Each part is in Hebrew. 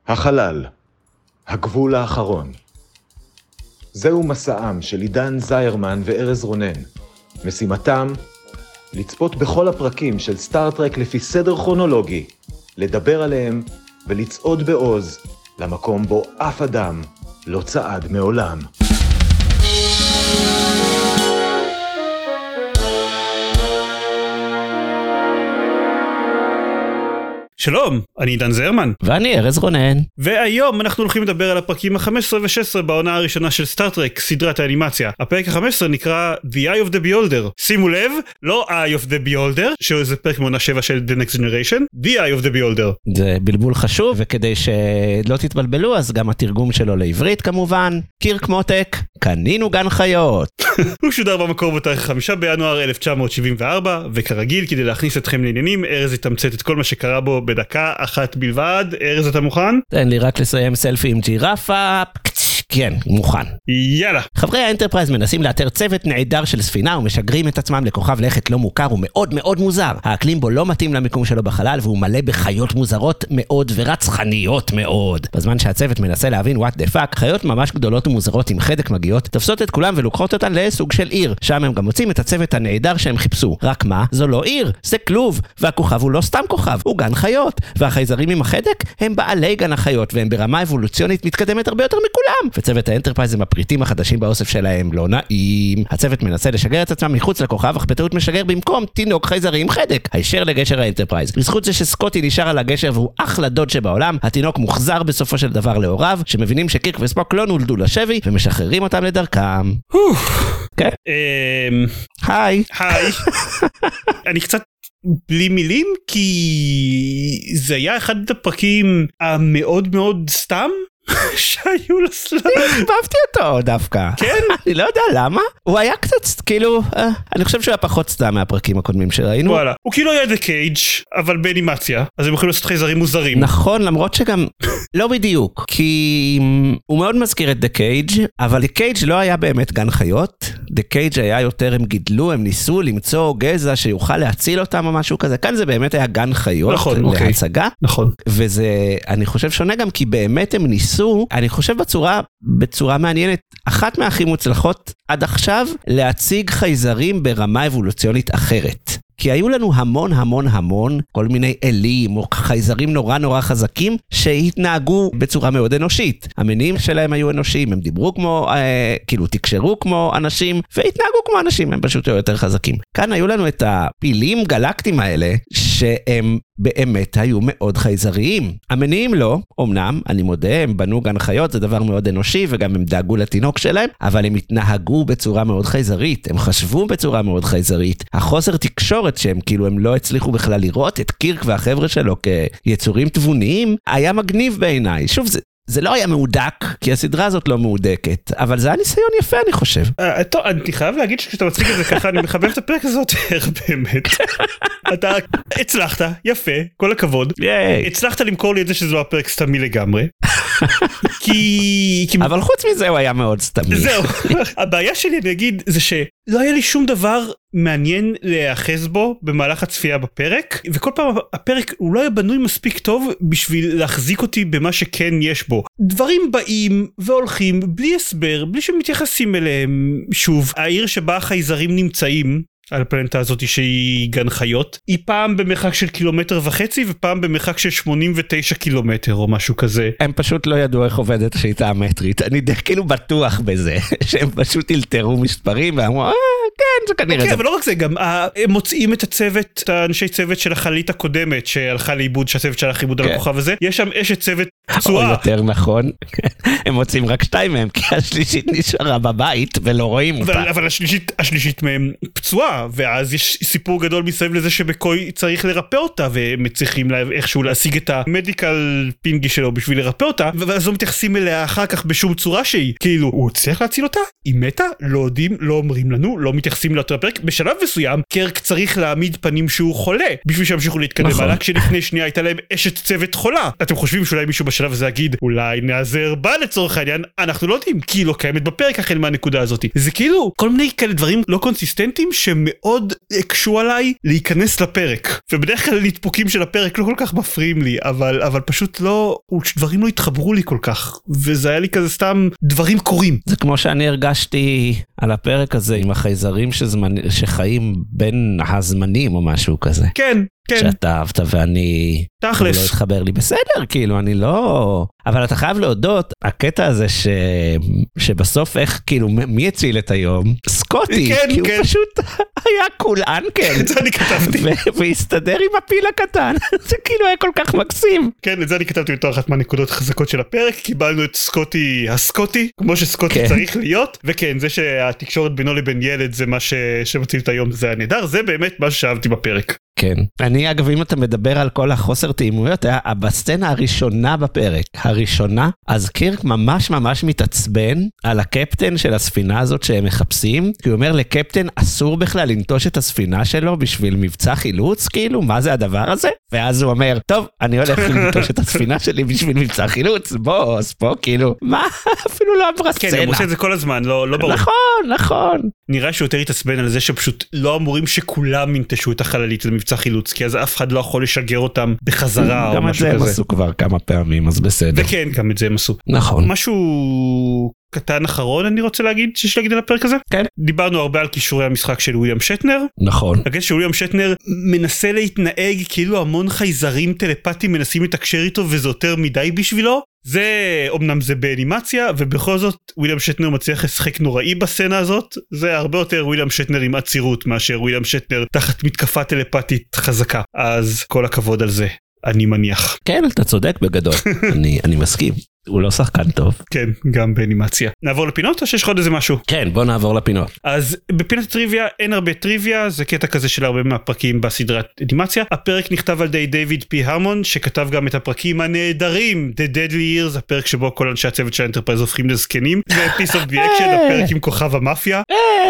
החלל, הגבול האחרון. זהו מסעם של עידן זיירמן וארז רונן. משימתם, לצפות בכל הפרקים של סטארטרק לפי סדר כרונולוגי, לדבר עליהם ולצעוד בעוז למקום בו אף אדם לא צעד מעולם. שלום, אני עידן זיירמן. ואני ארז רונן. והיום אנחנו הולכים לדבר על הפרקים ה-15 ו-16 בעונה הראשונה של סטארטרק, סדרת האנימציה. הפרק ה-15 נקרא The Eye of the Beholder. שימו לב, לא Eye of the Beholder, שזה פרק מעונה 7 של The Next Generation, The Eye of the Beholder. זה בלבול חשוב, וכדי שלא תתבלבלו, אז גם התרגום שלו לעברית כמובן. קירק מוטק, קנינו גן חיות. הוא שודר במקור בתאריך 5 בינואר 1974, וכרגיל, כדי להכניס אתכם לעניינים, ארז יתמצת את כל מה שקרה בו בדקה אחת בלבד. ארז, אתה מוכן? תן לי רק לסיים סלפי עם ג'ירפה. כן, מוכן. יאללה. חברי האנטרפרייז מנסים לאתר צוות נעדר של ספינה ומשגרים את עצמם לכוכב לכת לא מוכר ומאוד מאוד מוזר. האקלים בו לא מתאים למיקום שלו בחלל והוא מלא בחיות מוזרות מאוד ורצחניות מאוד. בזמן שהצוות מנסה להבין what the fuck, חיות ממש גדולות ומוזרות עם חדק מגיעות, תפסות את כולם ולוקחות אותן לסוג של עיר. שם הם גם מוצאים את הצוות הנעדר שהם חיפשו. רק מה? זו לא עיר, זה כלוב. והכוכב הוא לא סתם כוכב, הוא גן חיות. והחייזרים עם החדק הם בעלי גן החיות והם ברמה אבולוציונית מתקדמת הרבה יותר מכולם. וצוות האנטרפרייז עם הפריטים החדשים באוסף שלהם לא נעים. הצוות מנסה לשגר את עצמם מחוץ לכוכב, אך בטעות משגר במקום תינוק חייזרי עם חדק, הישר לגשר האנטרפרייז. בזכות זה שסקוטי נשאר על הגשר והוא אחלה דוד שבעולם, התינוק מוחזר בסופו של דבר להוריו, שמבינים שקירק וספוק לא נולדו לשבי, ומשחררים אותם לדרכם. כן? היי. אני קצת בלי מילים, כי זה היה אחד הפרקים המאוד מאוד סתם שהיו לסלאם. חבבתי אותו דווקא. כן? אני לא יודע למה. הוא היה קצת, כאילו, אני חושב שהוא היה פחות סתם מהפרקים הקודמים שראינו. וואלה. הוא כאילו היה The Cage, אבל באנימציה. אז הם יכולים לעשות חייזרים מוזרים. נכון, למרות שגם לא בדיוק. כי הוא מאוד מזכיר את The Cage, אבל The Cage לא היה באמת גן חיות. The Cage היה יותר, הם גידלו, הם ניסו למצוא גזע שיוכל להציל אותם או משהו כזה. כאן זה באמת היה גן חיות. נכון, להצגה. נכון. וזה, אני חושב שונה גם כי באמת הם ניסו, אני חושב בצורה מעניינת, אחת מהכי מוצלחות עד עכשיו, להציג חייזרים ברמה אבולוציונית אחרת. כי היו לנו המון כל מיני אלים או חייזרים נורא חזקים שהתנהגו בצורה מאוד אנושית. המניעים שלהם היו אנושיים, הם דיברו כמו, כאילו תקשרו כמו אנשים והתנהגו כמו אנשים, הם פשוט יותר חזקים. כאן היו לנו את הפילים גלקטיים האלה שהם באמת היו מאוד חייזריים. המניעים לא, אמנם, אני מודה, הם בנו גן חיות, זה דבר מאוד אנושי, וגם הם דאגו לתינוק שלהם, אבל הם התנהגו בצורה מאוד חייזרית, הם חשבו בצורה מאוד חייזרית. החוסר תקשורת שהם כאילו הם לא הצליחו בכלל לראות את קירק והחבר'ה שלו כיצורים תבוניים, היה מגניב בעיניי. שוב, זה לא היה מהודק, כי הסדרה הזאת לא מהודקת, אבל זה היה ניסיון יפה, אני חושב. טוב, אני חייב להגיד שכשאתה מציג את זה ככה, אני מחבב את הפרק הזאת באמת. אתה הצלחת, יפה, כל הכבוד. הצלחת למכור לי את זה שזה לא הפרק סתמי לגמרי. אבל חוץ מזה הוא היה מאוד סתמי. זהו, הבעיה שלי, אני אגיד, זה שלא היה לי שום דבר מעניין להאחז בו במהלך הצפייה בפרק, וכל פעם הפרק הוא לא היה בנוי מספיק טוב בשביל להחזיק אותי במה שכן יש בו. דברים באים והולכים בלי הסבר, בלי שמתייחסים אליהם. שוב, העיר שבה החייזרים נמצאים על הפלנטה הזאת שהיא גן חיות, היא פעם במרחק של 1.5 קילומטר ופעם במרחק של 89 קילומטר או משהו כזה. הם פשוט לא ידעו איך עובדת השיטה המטרית, אני די כאילו בטוח בזה, שהם פשוט אלתרו מספרים ואמרו, כן, זה כנראה זה. אבל לא רק זה, גם הם מוצאים את הצוות, את האנשי צוות של החללית הקודמת שהלכה לאיבוד, שהצוות שלך איבוד על הכוכב הזה, יש שם אשת צוות פצועה. או יותר נכון, הם מוצאים רק 2 מהם, כי השלישית נשארה בבית ולא רואים אותה. אבל השלישית מהם פצועה, ואז יש סיפור גדול מסביב לזה שבקוי צריך לרפא אותה, והם צריכים איכשהו להשיג את המדיקל פינגי שלו בשביל לרפא אותה, ואז לא מתייחסים אליה אחר כך בשום צורה שהיא. כאילו, הוא צריך להציל אותה? היא מתה? לא יודעים, לא אומרים לנו, לא מתייחסים. מתייחסים לאותו פרק. בשלב מסוים קרק צריך להעמיד פנים שהוא חולה בשביל שימשיכו להתקדם הלאה, כשלפני שנייה הייתה להם אשת צוות חולה. אתם חושבים שאולי מישהו בשלב הזה יגיד אולי נעזר בה לצורך העניין, אנחנו לא יודעים, כי היא לא קיימת בפרק החל מהנקודה הזאת. זה כאילו כל מיני כאלה דברים לא קונסיסטנטיים שמאוד הקשו עליי להיכנס לפרק, ובדרך כלל נדפוקים של הפרק לא כל כך מפריעים לי, אבל פשוט לא, דברים לא התחברו לי כל כך, וזה היה לי כזה סתם דברים קורים. זה כמו שאני הרגשתי על הפרק הזה עם החייזרים שחיים בין הזמנים או משהו כזה. כן. שאתה אהבת ואני... תכלס. לא התחבר לי בסדר, כאילו, אני לא... אבל אתה חייב להודות, הקטע הזה שבסוף איך, כאילו, מי הציל את היום? סקוטי, כי הוא פשוט היה כולן, כן. את זה אני כתבתי. והסתדר עם הפיל הקטן. זה כאילו היה כל כך מקסים. כן, את זה אני כתבתי בתור אחת מהנקודות חזקות של הפרק, קיבלנו את סקוטי הסקוטי, כמו שסקוטי צריך להיות, וכן, זה שהתקשורת בינו לבין ילד זה מה שמציל את היום, זה הנהדר, זה באמת מה שאהבתי בפרק. כן. אני אגב, אם אתה מדבר על כל החוסר תאימויות, בסצנה הראשונה בפרק, הראשונה, אז קירק ממש מתעצבן על הקפטן של הספינה הזאת שהם מחפשים, כי הוא אומר לקפטן אסור בכלל לנטוש את הספינה שלו בשביל מבצע חילוץ, כאילו, מה זה הדבר הזה? ואז הוא אומר, טוב, אני הולך לנטוש את הספינה שלי בשביל מבצע חילוץ, בוס, פה כאילו, מה? אפילו לא עברה סצנה. כן, הם עושים את זה כל הזמן, לא ברור. נכון. נראה שהוא יותר התעצבן על זה שפשוט לא אמורים שכולם ינטשו את החללית למבצע חילוץ, כי אז אף אחד לא יכול לשגר אותם בחזרה או משהו כזה. גם את זה הם עשו כבר כמה פעמים, אז בסדר. וכן, גם את זה הם עשו. נכון. משהו קטן אחרון אני רוצה להגיד, שיש להגיד על הפרק הזה? כן. דיברנו הרבה על כישורי המשחק של וויליאם שטנר. נכון. הקטע שוויליאם שטנר מנסה להתנהג כאילו המון חייזרים טלפטיים מנסים לתקשר איתו וזה יותר מדי בשבילו. זה, אמנם זה באנימציה, ובכל זאת וויליאם שטנר מצליח לשחק נוראי בסצנה הזאת. זה הרבה יותר וויליאם שטנר עם עצירות מאשר וויליאם שטנר תחת מתקפה טלפטית חזקה. אז כל הכבוד על זה, אני מניח. כן, אתה צודק בגדול. אני מסכים. הוא לא שחקן טוב. כן, גם באנימציה. נעבור לפינות או שיש לך עוד איזה משהו? כן, בוא נעבור לפינות. אז בפינת הטריוויה אין הרבה טריוויה, זה קטע כזה של הרבה מהפרקים בסדרת אנימציה. הפרק נכתב על ידי דיוויד פי הרמון, שכתב גם את הפרקים הנהדרים, The Deadly Years, הפרק שבו כל אנשי הצוות של האנטרפרייז הופכים לזקנים, ו-Piece of the Action, הפרק עם כוכב המאפיה.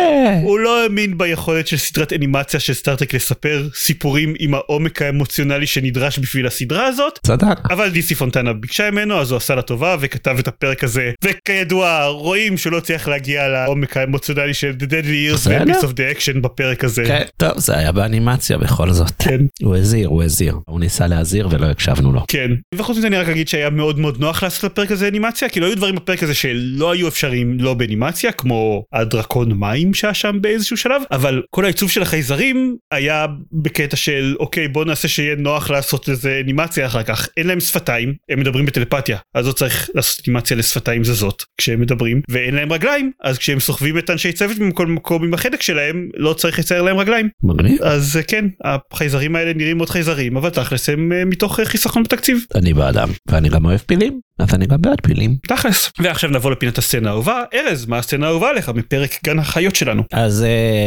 הוא לא האמין ביכולת של סדרת אנימציה של סטארטרק לספר סיפורים עם העומק האמוציונלי שנדרש בשביל הסדרה הזאת. צדק. אבל דיסי פונטנה ביקשה ממנו, אז הוא עשה לה טובה וכתב את הפרק הזה, וכידוע רואים שהוא לא צריך להגיע לעומק האמוציונלי של The Deadly Years ו-Piece of the Action בפרק הזה. כן, טוב, זה היה באנימציה בכל זאת. כן. הוא הזהיר. הוא ניסה להזהיר ולא הקשבנו לו. כן, וחוץ מזה אני רק אגיד שהיה מאוד מאוד נוח לעשות לפרק הזה אנימציה, כי לא היו דברים בפרק הזה שלא היו אפשריים לא באנימציה, כמו הדרקון מים שהיה שם באיזשהו שלב, אבל כל העיצוב של החייזרים היה בקטע של אוקיי, בוא נעשה שיהיה נוח לעשות איזה אנימציה אחר כך. אין להם שפתיים, הם מדברים בטלפתיה, אז לא צריך לעשות אנימציה לשפתיים זזות כשהם מדברים, ואין להם רגליים, אז כשהם סוחבים את אנשי צוות מכל מקום עם החדק שלהם, לא צריך לצייר להם רגליים. מגניב. אז כן, החייזרים האלה נראים מאוד חייזרים, אבל תכלס הם מתוך חיסכון בתקציב. אני באדם, ואני גם אוהב פילים, אז אני גם בעד פילים. תכלס. ועכשיו נבוא לפינת הסצנה האהובה. ארז, מה הסצנה האהובה עליך מפרק גן החיות שלנו? אז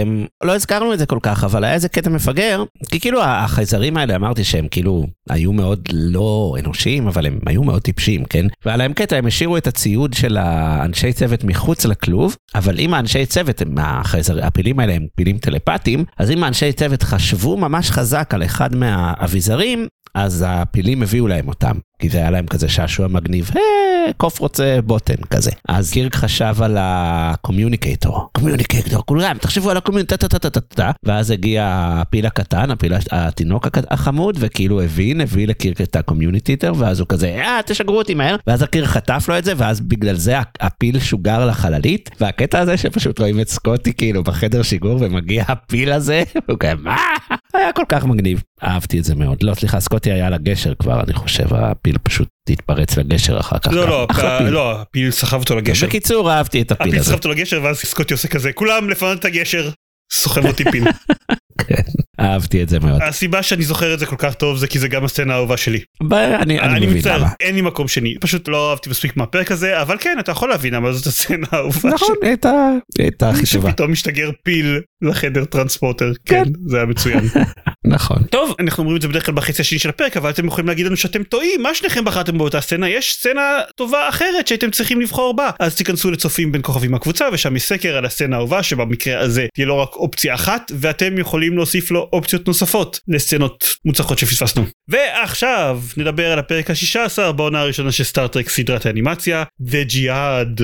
לא הזכרנו את זה כל כך, אבל היה איזה קטע מפגר, כי כאילו החייזרים האלה אמרתי שהם כאילו היו מאוד לא אנושיים, אבל הם היו מאוד טיפשים, כן? ועל להם קטע, הם השאירו את הציוד של האנשי צוות מחוץ לכלוב, אבל אם האנשי צוות, הפילים האלה הם פילים טלפטיים, אז אם האנשי צוות חשבו ממש חזק על אחד מהאביזרים, אז הפילים הביאו להם אותם, כי זה היה להם כזה שעשוע מגניב, קוף רוצה בוטן כזה. אז קירק חשב על הקומיוניקטור, כולם, תחשבו על הקומיוניקטור, ואז הגיע הפיל הקטן, התינוק החמוד, וכאילו הביא לקירק את הקומיוניקטור, ואז הוא כזה, תשגרו אותי מהר, ואז הקירק חטף לו את זה, ואז בגלל זה הפיל שוגר לחללית, והקטע הזה שפשוט רואים את סקוטי כאילו בחדר שיגור, ומגיע הפיל הזה, הוא כזה, מה? היה כל כך מגניב. אהבתי את זה מאוד. לא, סליחה, סקוטי היה לגשר כבר, אני חושב, הפיל פשוט התפרץ לגשר אחר כך. לא, הפיל סחב אותו לגשר. בקיצור, אהבתי את הפיל הזה. הפיל סחב אותו לגשר, ואז סקוטי עושה כזה, כולם לפנות את הגשר, סוחב אותי פיל. אהבתי את זה מאוד. הסיבה שאני זוכר את זה כל כך טוב זה כי זה גם הסצנה האהובה שלי. אני מבין למה. אין לי מקום שני, פשוט לא אהבתי מספיק מהפרק הזה, אבל כן, אתה יכול להבין אבל זאת הסצנה האהובה. נכון, הייתה חישובה. שפתאום משתגר פיל לחדר טרנספורטר, כן, זה היה מצוין. נכון. טוב, אנחנו אומרים את זה בדרך כלל בחצי השני של הפרק, אבל אתם יכולים להגיד לנו שאתם טועים, מה שניכם בחרתם באותה סצנה? יש סצנה טובה אחרת שהייתם צריכים לבחור בה, אז תיכנסו לצופים בין כוכבים מהקבוצה, ושם יש סקר על הסצנה האהובה, שבמקרה הזה תהיה לא רק אופציה אחת, ואתם יכולים להוסיף לו אופציות נוספות לסצנות מוצלחות שפספסנו. ועכשיו נדבר על הפרק ה-16 בעונה הראשונה של סטארטרק סדרת האנימציה, The Jihad.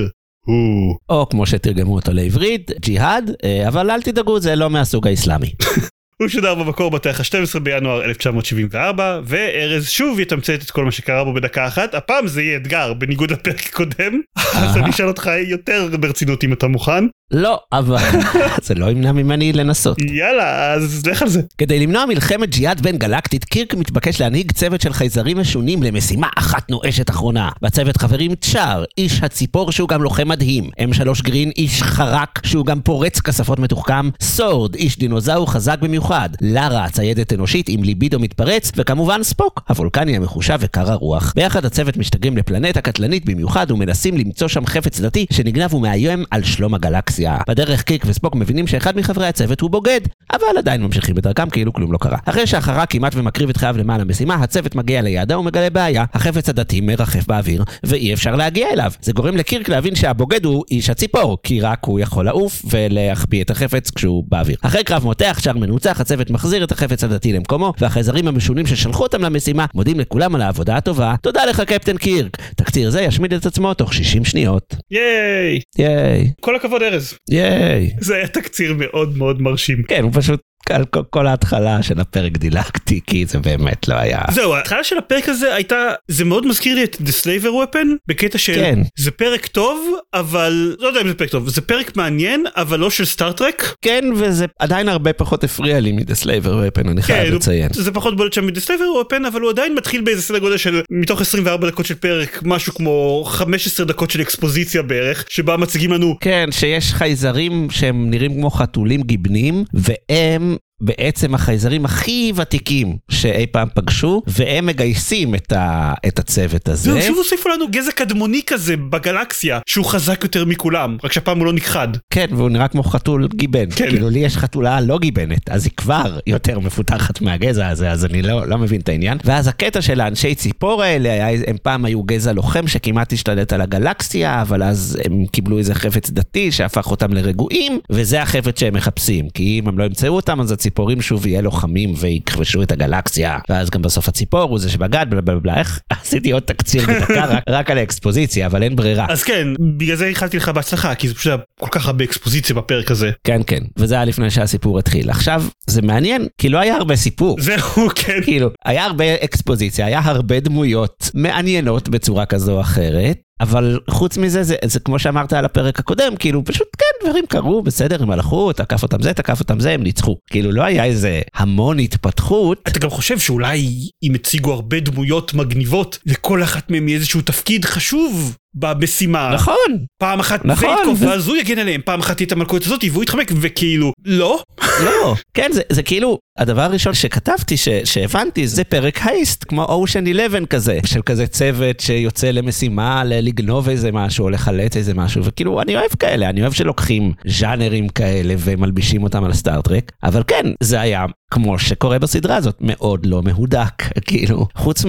או כמו שתרגמו אותו לעברית, ג'יהאד, אבל אל תדאגו, זה לא מהסוג האסלאמי. הוא שודר במקור בתאריך ה-12 בינואר 1974, וארז שוב יתמצת את כל מה שקרה בו בדקה אחת. הפעם זה יהיה אתגר, בניגוד לפרק הקודם, אז אני אשאל אותך יותר ברצינות אם אתה מוכן. לא, אבל זה לא ימנע ממני לנסות. יאללה, אז לך על זה. כדי למנוע מלחמת ג'יהאד בין גלקטית, קירק מתבקש להנהיג צוות של חייזרים משונים למשימה אחת נואשת אחרונה. בצוות חברים צ'אר, איש הציפור שהוא גם לוחם מדהים, M3 גרין, איש חרק שהוא גם פורץ כספות מתוחכם, סורד, איש דינוזאור חזק במיוחד, לארה, ציידת אנושית עם ליבידו מתפרץ, וכמובן ספוק, הוולקני המחושב וקר הרוח. ביחד הצוות משתגרים לפלנטה קטלנית במיוחד ומנסים למצוא שם חפץ דתי שנגנב ומאיים על שלום הגלקסיה. בדרך קירק וספוק מבינים שאחד מחברי הצוות הוא בוגד, אבל עדיין ממשיכים בדרכם כאילו כלום לא קרה. אחרי שהחרק כמעט ומקריב את חייו למען המשימה, הצוות מגיע ליעדה ומגלה בעיה. החפץ הדתי מרחף באוויר ואי אפשר להגיע אליו. זה גורם לקירק להבין שהבוגד הוא איש הציפור, כי רק הוא יכול לעוף ולהחביא את החפץ כשהוא באוויר. אחרי קרב מותח, צ'אר מנוצח, הצוות מחזיר את החפץ הדתי למקומו, והחייזרים המשונים ששלחו אותם למשימה מודים לכולם על העבודה הטובה. תודה לך קפטן קירק. תקציר זה ישמיד את עצמו תוך 60 שניות. ייי! ייי! כל הכבוד ארז. ייי! זה היה תקציר מאוד מאוד מרשים. כן, הוא פשוט על כל ההתחלה של הפרק דילגתי, כי זה באמת לא היה... זהו, ההתחלה של הפרק הזה הייתה, זה מאוד מזכיר לי את The Slaver Weapon, בקטע של, כן. זה פרק טוב, אבל, לא יודע אם זה פרק טוב, זה פרק מעניין, אבל לא של סטארטרק. כן, וזה עדיין הרבה פחות הפריע לי מ-The Slaver Weapon, אני חייב לציין. זה פחות בולט שם מ-The Slaver Weapon, אבל הוא עדיין מתחיל באיזה סדר גודל של, מתוך 24 דקות של פרק, משהו כמו 15 דקות של אקספוזיציה בערך, שבה מציגים לנו... כן, שיש חייזרים שהם נראים כמו חתולים גיבנים, והם... בעצם החייזרים הכי ותיקים שאי פעם פגשו, והם מגייסים את הצוות הזה. זהו, שוב הוסיפו לנו גזע קדמוני כזה בגלקסיה, שהוא חזק יותר מכולם, רק שהפעם הוא לא נכחד. כן, והוא נראה כמו חתול גיבן. כן. כאילו לי יש חתולה לא גיבנת, אז היא כבר יותר מפותחת מהגזע הזה, אז אני לא מבין את העניין. ואז הקטע של האנשי ציפור האלה, הם פעם היו גזע לוחם שכמעט השתלט על הגלקסיה, אבל אז הם קיבלו איזה חפץ דתי שהפך אותם לרגועים, וזה החפץ שהם מחפשים, כי אם הם לא ימצאו אותם, אז הציפורים שוב יהיה לוחמים ויקרבשו את הגלקסיה, ואז גם בסוף הציפור הוא זה שבגד, בלבלבלה, איך עשיתי עוד תקציר בדקה רק על האקספוזיציה, אבל אין ברירה. אז כן, בגלל זה החלתי לך בהצלחה, כי זה פשוט היה כל כך הרבה אקספוזיציה בפרק הזה. כן, כן, וזה היה לפני שהסיפור התחיל. עכשיו, זה מעניין, כי לא היה הרבה סיפור. זהו, כן. כאילו, היה הרבה אקספוזיציה, היה הרבה דמויות מעניינות בצורה כזו או אחרת, אבל חוץ מזה, זה כמו שאמרת על הפרק הקודם, כאילו פשוט כן, דברים קרו, בסדר, הם הלכו, תקף אותם זה, הם ניצחו. כאילו לא היה איזה המון התפתחות. אתה גם חושב שאולי אם הציגו הרבה דמויות מגניבות, לכל אחת מהם איזשהו תפקיד חשוב במשימה. נכון. פעם אחת זה יתקוף, ואז הוא יגן עליהם, פעם אחת את המלכות הזאת, והוא יתחמק, וכאילו, לא. לא. כן, זה כאילו, הדבר הראשון שכתבתי, שהבנתי, זה פרק הייסט, כמו אושן 11 כזה, של כזה צוות שיוצא למשימה, לגנוב איזה משהו, או לחלץ איזה משהו, וכאילו, אני אוהב כאלה, אני אוהב שלוקחים ז'אנרים כאלה, ומלבישים אותם על סטארטרק, אבל כן, זה היה, כמו שקורה בסדרה הזאת, מאוד לא מהודק, כאילו, חוץ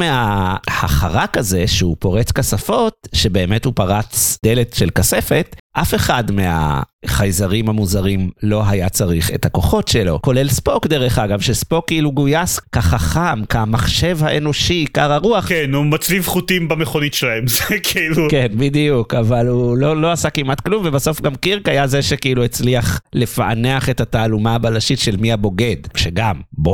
מהחרק הזה, שהוא פורץ כספות, שבאמת הוא פרץ דלת של כספת, אף אחד מהחייזרים המוזרים לא היה צריך את הכוחות שלו, כולל ספוק דרך אגב, שספוק כאילו גויס כחכם, כמחשב האנושי, קר הרוח. כן, הוא מצליב חוטים במכונית שלהם, זה כאילו... כן, בדיוק, אבל הוא לא עשה כמעט כלום, ובסוף גם קירק היה זה שכאילו הצליח לפענח את התעלומה הבלשית של מי הבוגד, שגם,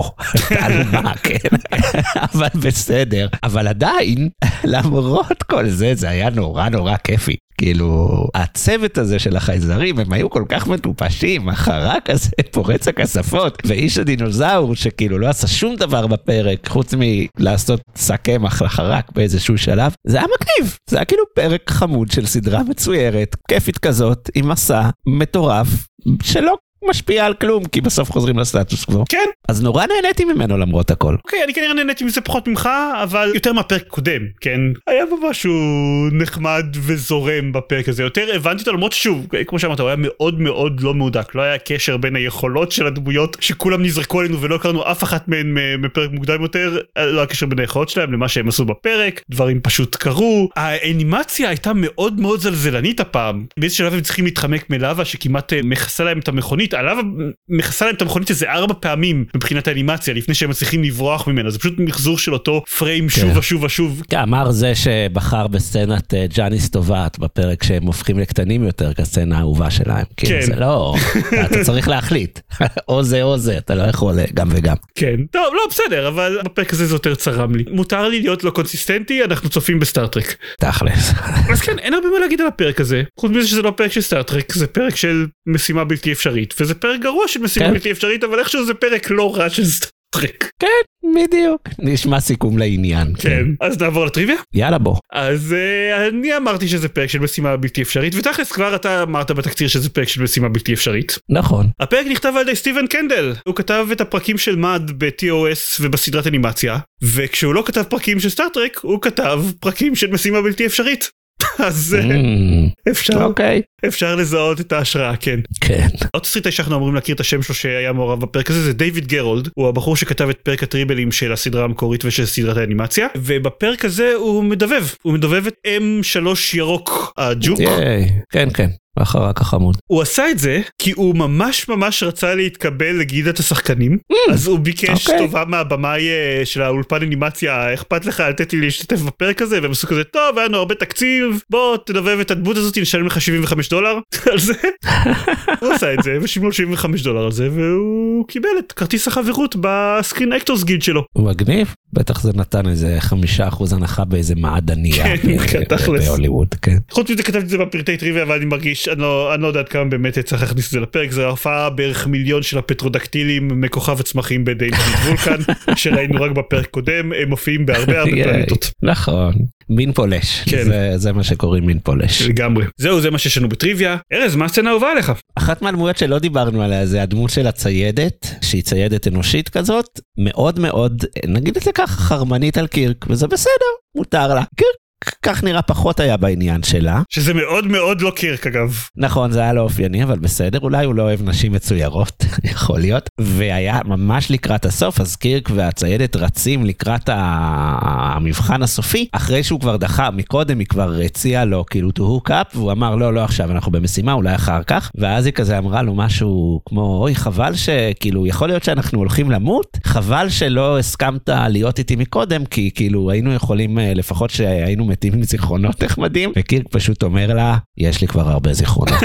תעלומה, כן, אבל בסדר, אבל עדיין, למרות כל זה, זה היה נורא נורא כיפי. כאילו, הצוות הזה של החייזרים, הם היו כל כך מטופשים, החרק הזה פורץ הכספות, ואיש הדינוזאור שכאילו לא עשה שום דבר בפרק, חוץ מלעשות סקמח לחרק באיזשהו שלב, זה היה מגניב, זה היה כאילו פרק חמוד של סדרה מצוירת, כיפית כזאת, עם מסע מטורף, שלא משפיע על כלום, כי בסוף חוזרים לסטטוס קוו. כן. אז נורא נהניתי ממנו למרות הכל. אוקיי, אני כנראה נהניתי מזה פחות ממך, אבל יותר מהפרק קודם, כן? היה בו משהו נחמד וזורם בפרק הזה. יותר הבנתי אותו, למרות שוב, כמו שאמרת, הוא היה מאוד מאוד לא מהודק. לא היה קשר בין היכולות של הדמויות, שכולם נזרקו עלינו ולא הכרנו אף אחת מהן מפרק מוקדם יותר. לא היה קשר בין היכולות שלהם למה שהם עשו בפרק. דברים פשוט קרו. האנימציה הייתה מאוד מאוד זלזלנית הפעם. באיזה שלב הם צריכים להתחמק מלאבה שכמעט מכסה להם את המכונית. הלאבה מכסה להם את המכונית איזה 4 פעמים מבחינת האנימציה, לפני שהם מצליחים לברוח ממנה. זה פשוט מחזור של אותו פריים שוב ושוב ושוב. אמר זה שבחר בסצנת ג'אניס טובעת בפרק שהם הופכים לקטנים יותר כסצנה האהובה שלהם. כן. זה לא, אתה צריך להחליט. או זה, אתה לא יכול גם וגם. כן, טוב, לא בסדר, אבל בפרק הזה זה יותר צרם לי. מותר לי להיות לא קונסיסטנטי, אנחנו צופים בסטארטרק. תכלס. אז כן, אין הרבה מה להגיד על הפרק הזה. חוץ מזה שזה לא פרק של סטארטרק, זה פרק של משימה בלתי אפשרית, וזה פרק גרוע של משימה בלתי אפשרית, אבל איכשהו זה פרק לא רע של סטארטרק. כן, בדיוק. נשמע סיכום לעניין. כן, אז נעבור לטריוויה? יאללה בוא. אז אני אמרתי שזה פרק של משימה בלתי אפשרית, ותכלס כבר אתה אמרת בתקציר שזה פרק של משימה בלתי אפשרית. נכון. הפרק נכתב על ידי סטיבן קנדל. הוא כתב את הפרקים של מד ב-TOS ובסדרת אנימציה, וכשהוא לא כתב פרקים של סטארטרק, הוא כתב פרקים של משימה בלתי אפשרית. אז אפשר לזהות את ההשראה, כן. כן. עוד תסריטאי שאנחנו אמורים להכיר את השם שלו שהיה מעורב בפרק הזה, זה דיוויד גרולד, הוא הבחור שכתב את פרק הטריבלים של הסדרה המקורית ושל סדרת האנימציה, ובפרק הזה הוא מדובב את M3 ירוק, הג'וק. כן. ואחר כך חמוד. הוא עשה את זה כי הוא ממש רצה להתקבל לגידת השחקנים, אז הוא ביקש טובה מהבמאי של האולפן אנימציה, אכפת לך לתת לי להשתתף בפרק הזה, והם עשו כזה, טוב, היה לנו הרבה תקציב, בוא תדובב את הדמות הזאת, נשלם לך $75 על זה. הוא עשה את זה, ושילמו $75 על זה, והוא קיבל את כרטיס החברות בסקרין אקטורס גילד שלו. הוא מגניב, בטח זה נתן איזה 5% הנחה באיזה מעדניה בהוליווד, כן. חוץ מזה כתבתי את זה בפרטי טריוויה, אבל אני מרגיש, אני לא יודעת כמה באמת צריך להכניס את זה לפרק, זה ההופעה בערך 1,000,000 של הפטרודקטילים מכוכב הצמחים בדיילית וולקן, שראינו רק בפרק קודם, הם מופיעים בהרבה פלנטות. נכון, מין פולש, זה מה שקוראים מין פולש. לגמרי. זהו, זה מה שיש לנו בטריוויה. ארז, מה הסצנה האהובה עליך? אחת מהדמויות שלא דיברנו עליה, זה הדמות של הציידת, שהיא ציידת אנושית כזאת, מאוד מאוד, נגיד את זה ככה, חרמנית על קירק, וזה בסדר, מותר לה. קירק כך נראה פחות היה בעניין שלה. שזה מאוד מאוד לא קירק אגב. נכון, זה היה לא אופייני, אבל בסדר, אולי הוא לא אוהב נשים מצוירות, יכול להיות. והיה ממש לקראת הסוף, אז קירק והציידת רצים לקראת המבחן הסופי, אחרי שהוא כבר דחה, מקודם היא כבר הציעה לו כאילו to hook up, והוא אמר לא עכשיו אנחנו במשימה, אולי אחר כך, ואז היא כזה אמרה לו משהו כמו, אוי חבל שכאילו יכול להיות שאנחנו הולכים למות, חבל שלא הסכמת להיות איתי מקודם, כי כאילו היינו יכולים לפחות שהיינו מתים מזיכרונות נחמדים, וקירק פשוט אומר לה, יש לי כבר הרבה זיכרונות.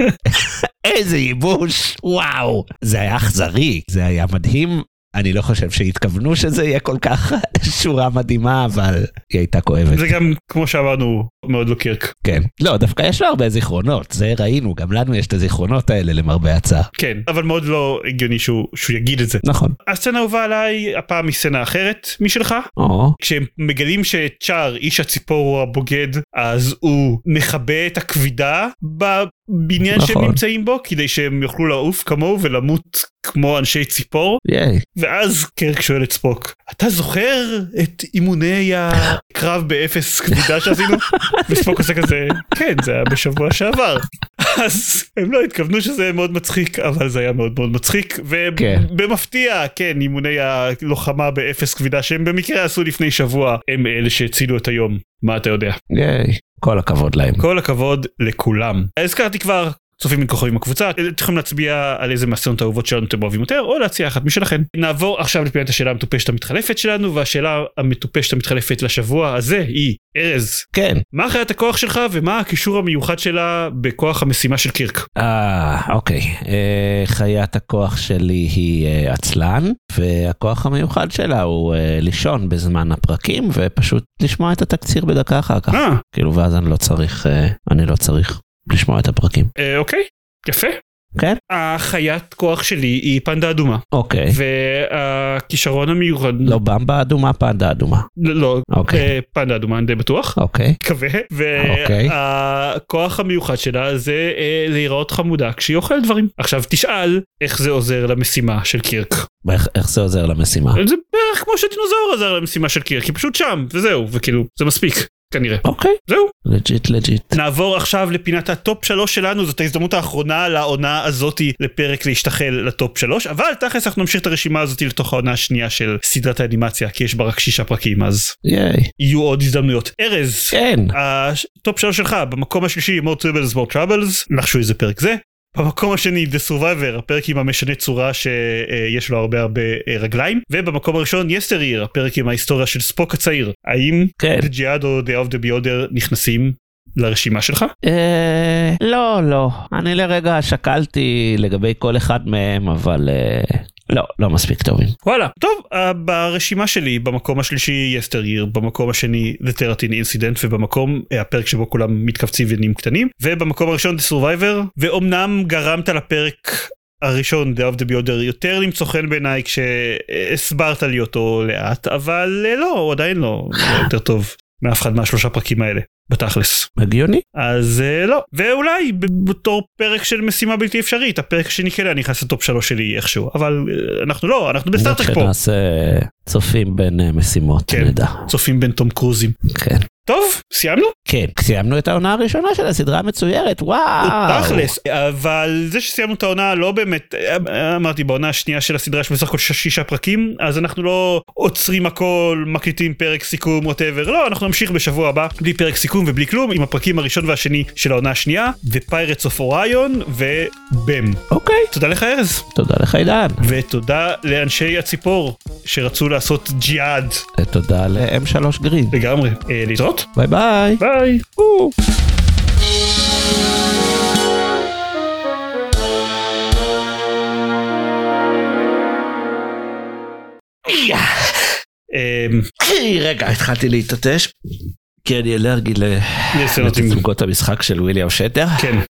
איזה ייבוש, וואו. זה היה אכזרי, זה היה מדהים. אני לא חושב שהתכוונו שזה יהיה כל כך שורה מדהימה, אבל היא הייתה כואבת. זה גם, כמו שאמרנו, מאוד לא קירק. כן. לא, דווקא יש לו הרבה זיכרונות, זה ראינו, גם לנו יש את הזיכרונות האלה למרבה הצעה. כן, אבל מאוד לא הגיוני שהוא יגיד את זה. נכון. הסצנה הובאה עליי, הפעם מסצנה אחרת משלך. כשהם מגלים שצ'אר, איש הציפור הוא הבוגד, אז הוא מכבה את הכבידה בבניין שהם נמצאים בו, כדי שהם יוכלו לעוף כמוהו ולמות כמו אנשי ציפור. ואז קרק שואל את ספוק, אתה זוכר את אימוני הקרב באפס כבידה שעשינו? וספוק עושה כזה, כן, זה היה בשבוע שעבר. אז הם לא התכוונו שזה מאוד מצחיק, אבל זה היה מאוד מאוד מצחיק, ובמפתיע, כן, אימוני הלוחמה באפס כבידה שהם במקרה עשו לפני שבוע, הם אלה שהצילו את היום. מה אתה יודע? כל הכבוד להם. כל הכבוד לכולם. הזכרתי כבר, צופים מן כוכבים הקבוצה, אתם יכולים להצביע על איזה מהסצנות האהובות שלנו אתם אוהבים יותר, או להציע אחת משלכם. נעבור עכשיו לפינת השאלה המטופשת המתחלפת שלנו, והשאלה המטופשת המתחלפת לשבוע הזה היא, ארז. כן. מה חיית הכוח שלך, ומה הקישור המיוחד שלה בכוח המשימה של קירק? אוקיי. חיית הכוח שלי היא עצלן, והכוח המיוחד שלה הוא לישון בזמן הפרקים, ופשוט לשמוע את התקציר בדקה אחר כך. כאילו, ואז אני לא צריך לשמוע את הפרקים. אוקיי, יפה. כן? החיית כוח שלי היא פנדה אדומה. אוקיי. והכישרון המיוחד... לא במבה אדומה, פנדה אדומה. לא, אוקיי. פנדה אדומה, אני די בטוח. אוקיי. מקווה. והכוח המיוחד שלה זה להיראות חמודה כשהיא אוכלת דברים. עכשיו תשאל איך זה עוזר למשימה של קירק. איך זה עוזר למשימה? זה בערך כמו שדינוזאור עזר למשימה של קירק, היא פשוט שם, וזהו, וכאילו, זה מספיק. כנראה. אוקיי. זהו. לג'יט. נעבור עכשיו לפינת הטופ 3 שלנו, זאת ההזדמנות האחרונה לעונה הזאתי לפרק להשתחל לטופ 3, אבל תכלס אנחנו נמשיך את הרשימה הזאתי לתוך העונה השנייה של סדרת האנימציה, כי יש בה רק 6 פרקים, אז יהיו עוד הזדמנויות. ארז, כן. הטופ 3 שלך, במקום השלישי, More Troubles, More Troubles, נחשו איזה פרק זה. במקום השני, The Survivor, הפרק עם המשנה צורה שיש לו הרבה רגליים, ובמקום הראשון, Yesteryear, הפרק עם ההיסטוריה של ספוק הצעיר. האם The Jihad או The of the Beholder נכנסים לרשימה שלך? לא. אני לרגע שקלתי לגבי כל אחד מהם, אבל... לא מספיק טובים. וואלה, טוב, ברשימה שלי, במקום השלישי Yesteryear, במקום השני The Terratine Incident, ובמקום הפרק שבו כולם מתכווצים ונהיים קטנים, ובמקום הראשון The Survivor, ואומנם גרמת לפרק הראשון The of the Beholder יותר למצוא חן בעיניי כשהסברת לי אותו לאט, אבל לא, הוא עדיין לא יותר טוב מאף אחד מהשלושה פרקים האלה. בתכלס. הגיוני? אז לא. ואולי בתור פרק של משימה בלתי אפשרית, הפרק השני כן נכנס לטופ 3 שלי איכשהו, אבל אנחנו לא, אנחנו בסטארטרק פה. נעשה צופים בין משימות, כן, נדע. צופים בין תום קרוזים. כן. טוב, סיימנו? כן, סיימנו את העונה הראשונה של הסדרה המצוירת, וואו. תכלס, אבל זה שסיימנו את העונה לא באמת, אמרתי בעונה השנייה של הסדרה יש בסך הכל 6 פרקים, אז אנחנו לא עוצרים הכל, מקליטים פרק סיכום, whatever, לא, אנחנו נמשיך בשבוע הבא, בלי פרק סיכום ובלי כלום, עם הפרקים הראשון והשני של העונה השנייה, ו-Pirates of Orion ובם. אוקיי. תודה לך ארז. תודה לך עידן. ותודה לאנשי הציפור שרצו לעשות ג'יהאד. תודה ל-M3 גרין. לגמרי. להתראות. ביי ביי. ביי. רגע, התחלתי להתעטש כי אני אלרגי לתצוגות המשחק של וויליאם שטר. כן.